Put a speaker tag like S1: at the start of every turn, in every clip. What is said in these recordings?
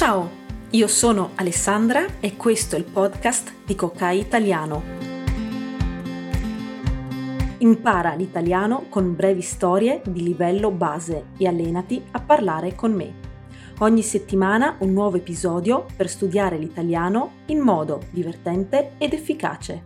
S1: Ciao, io sono Alessandra e questo è il podcast di Kokai Italiano. Impara l'italiano con brevi storie di livello base e allenati a parlare con me. Ogni settimana un nuovo episodio per studiare l'italiano in modo divertente ed efficace.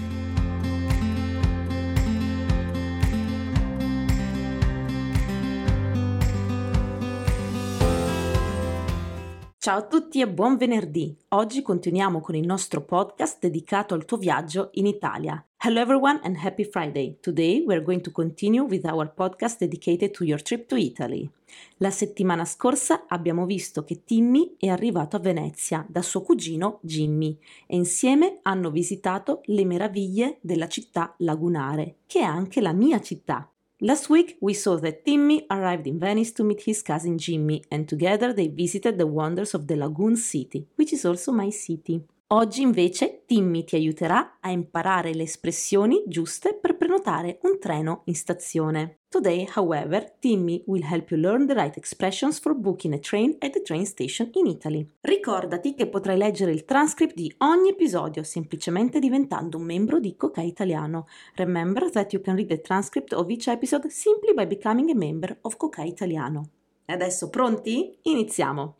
S1: Ciao a tutti e buon venerdì! Oggi continuiamo con il nostro podcast dedicato al tuo viaggio in Italia. Hello everyone and happy Friday! Today we're going to continue with our podcast dedicated to your trip to Italy. La settimana scorsa abbiamo visto che Timmy è arrivato a Venezia da suo cugino Jimmy e insieme hanno visitato le meraviglie della città lagunare, che è anche la mia città. Last week, we saw that Timmy arrived in Venice to meet his cousin Jimmy, and together they visited the wonders of the Lagoon City, which is also my city. Oggi invece Timmy ti aiuterà a imparare le espressioni giuste per prenotare un treno in stazione. Today, however, Timmy will help you learn the right expressions for booking a train at the train station in Italy. Ricordati che potrai leggere il transcript di ogni episodio semplicemente diventando un membro di Kokai Italiano. Remember that you can read the transcript of each episode simply by becoming a member of Kokai Italiano. E adesso pronti? Iniziamo!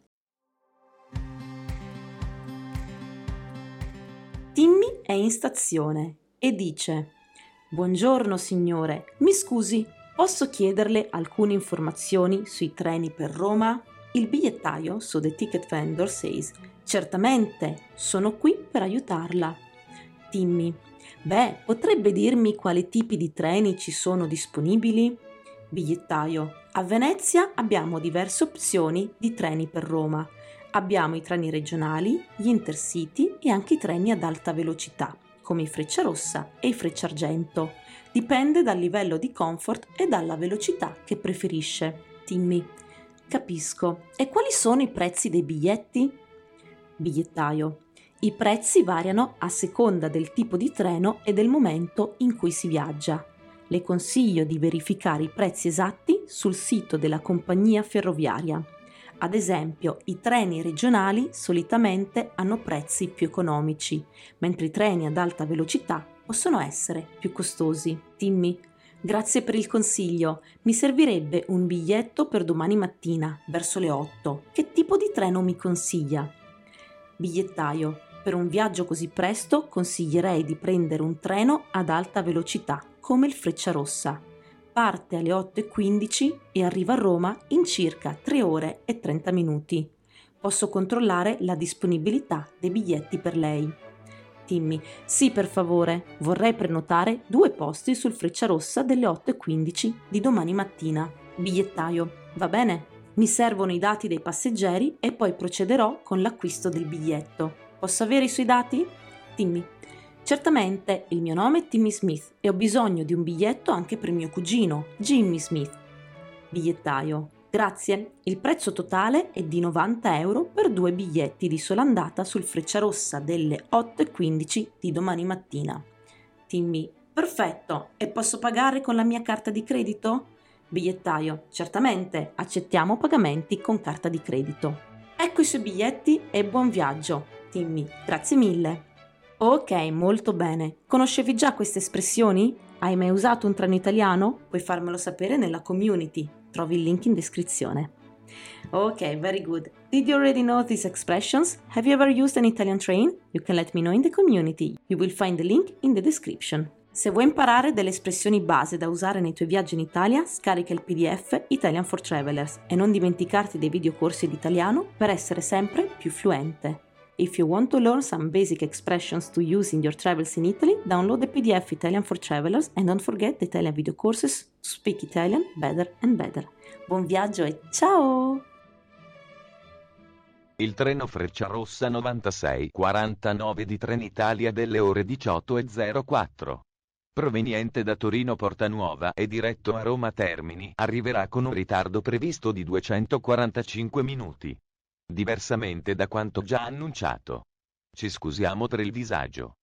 S1: Timmy è in stazione e dice: «Buongiorno signore, mi scusi, posso chiederle alcune informazioni sui treni per Roma?» Il bigliettaio, so the ticket vendor, says: «Certamente, sono qui per aiutarla». Timmy: «Beh, potrebbe dirmi quali tipi di treni ci sono disponibili?» Bigliettaio: «A Venezia abbiamo diverse opzioni di treni per Roma. Abbiamo i treni regionali, gli intercity e anche i treni ad alta velocità, come i Frecciarossa e i Frecciargento. Dipende dal livello di comfort e dalla velocità che preferisce». Timmy: «Capisco. E quali sono i prezzi dei biglietti?» Bigliettaio: «I prezzi variano a seconda del tipo di treno e del momento in cui si viaggia. Le consiglio di verificare i prezzi esatti sul sito della compagnia ferroviaria. Ad esempio, i treni regionali solitamente hanno prezzi più economici, mentre i treni ad alta velocità possono essere più costosi». Timmy: «Grazie per il consiglio. Mi servirebbe un biglietto per domani mattina, verso le 8. Che tipo di treno mi consiglia?» Bigliettaio: «Per un viaggio così presto consiglierei di prendere un treno ad alta velocità, come il Frecciarossa. Parte alle 8:15 e arriva a Roma in circa 3 ore e 30 minuti. Posso controllare la disponibilità dei biglietti per lei?» Timmy: «Sì, per favore. Vorrei prenotare 2 posti sul Frecciarossa delle 8:15 di domani mattina». Bigliettaio: «Va bene. Mi servono i dati dei passeggeri e poi procederò con l'acquisto del biglietto. Posso avere i suoi dati?» Timmy: «Certamente, il mio nome è Timmy Smith e ho bisogno di un biglietto anche per mio cugino, Jimmy Smith». Bigliettaio: «Grazie, il prezzo totale è di 90 euro per 2 biglietti di sola andata sul Frecciarossa delle 8:15 di domani mattina». Timmy: «Perfetto, e posso pagare con la mia carta di credito?» Bigliettaio: «Certamente, accettiamo pagamenti con carta di credito». «Ecco i suoi biglietti e buon viaggio». Timmy: «Grazie mille». Ok, molto bene. Conoscevi già queste espressioni? Hai mai usato un treno italiano? Puoi farmelo sapere nella community. Trovi il link in descrizione. Ok, very good. Did you already know these expressions? Have you ever used an Italian train? You can let me know in the community. You will find the link in the description. Se vuoi imparare delle espressioni base da usare nei tuoi viaggi in Italia, scarica il PDF Italian for Travelers e non dimenticarti dei videocorsi di italiano per essere sempre più fluente. If you want to learn some basic expressions to use in your travels in Italy, download the PDF Italian for Travelers and don't forget the Italian video courses to speak Italian better and better. Buon viaggio e ciao!
S2: Il treno Frecciarossa 9649 di Trenitalia delle ore 18:04. Proveniente da Torino Portanuova e diretto a Roma Termini, arriverà con un ritardo previsto di 245 minuti. Diversamente da quanto già annunciato. Ci scusiamo per il disagio.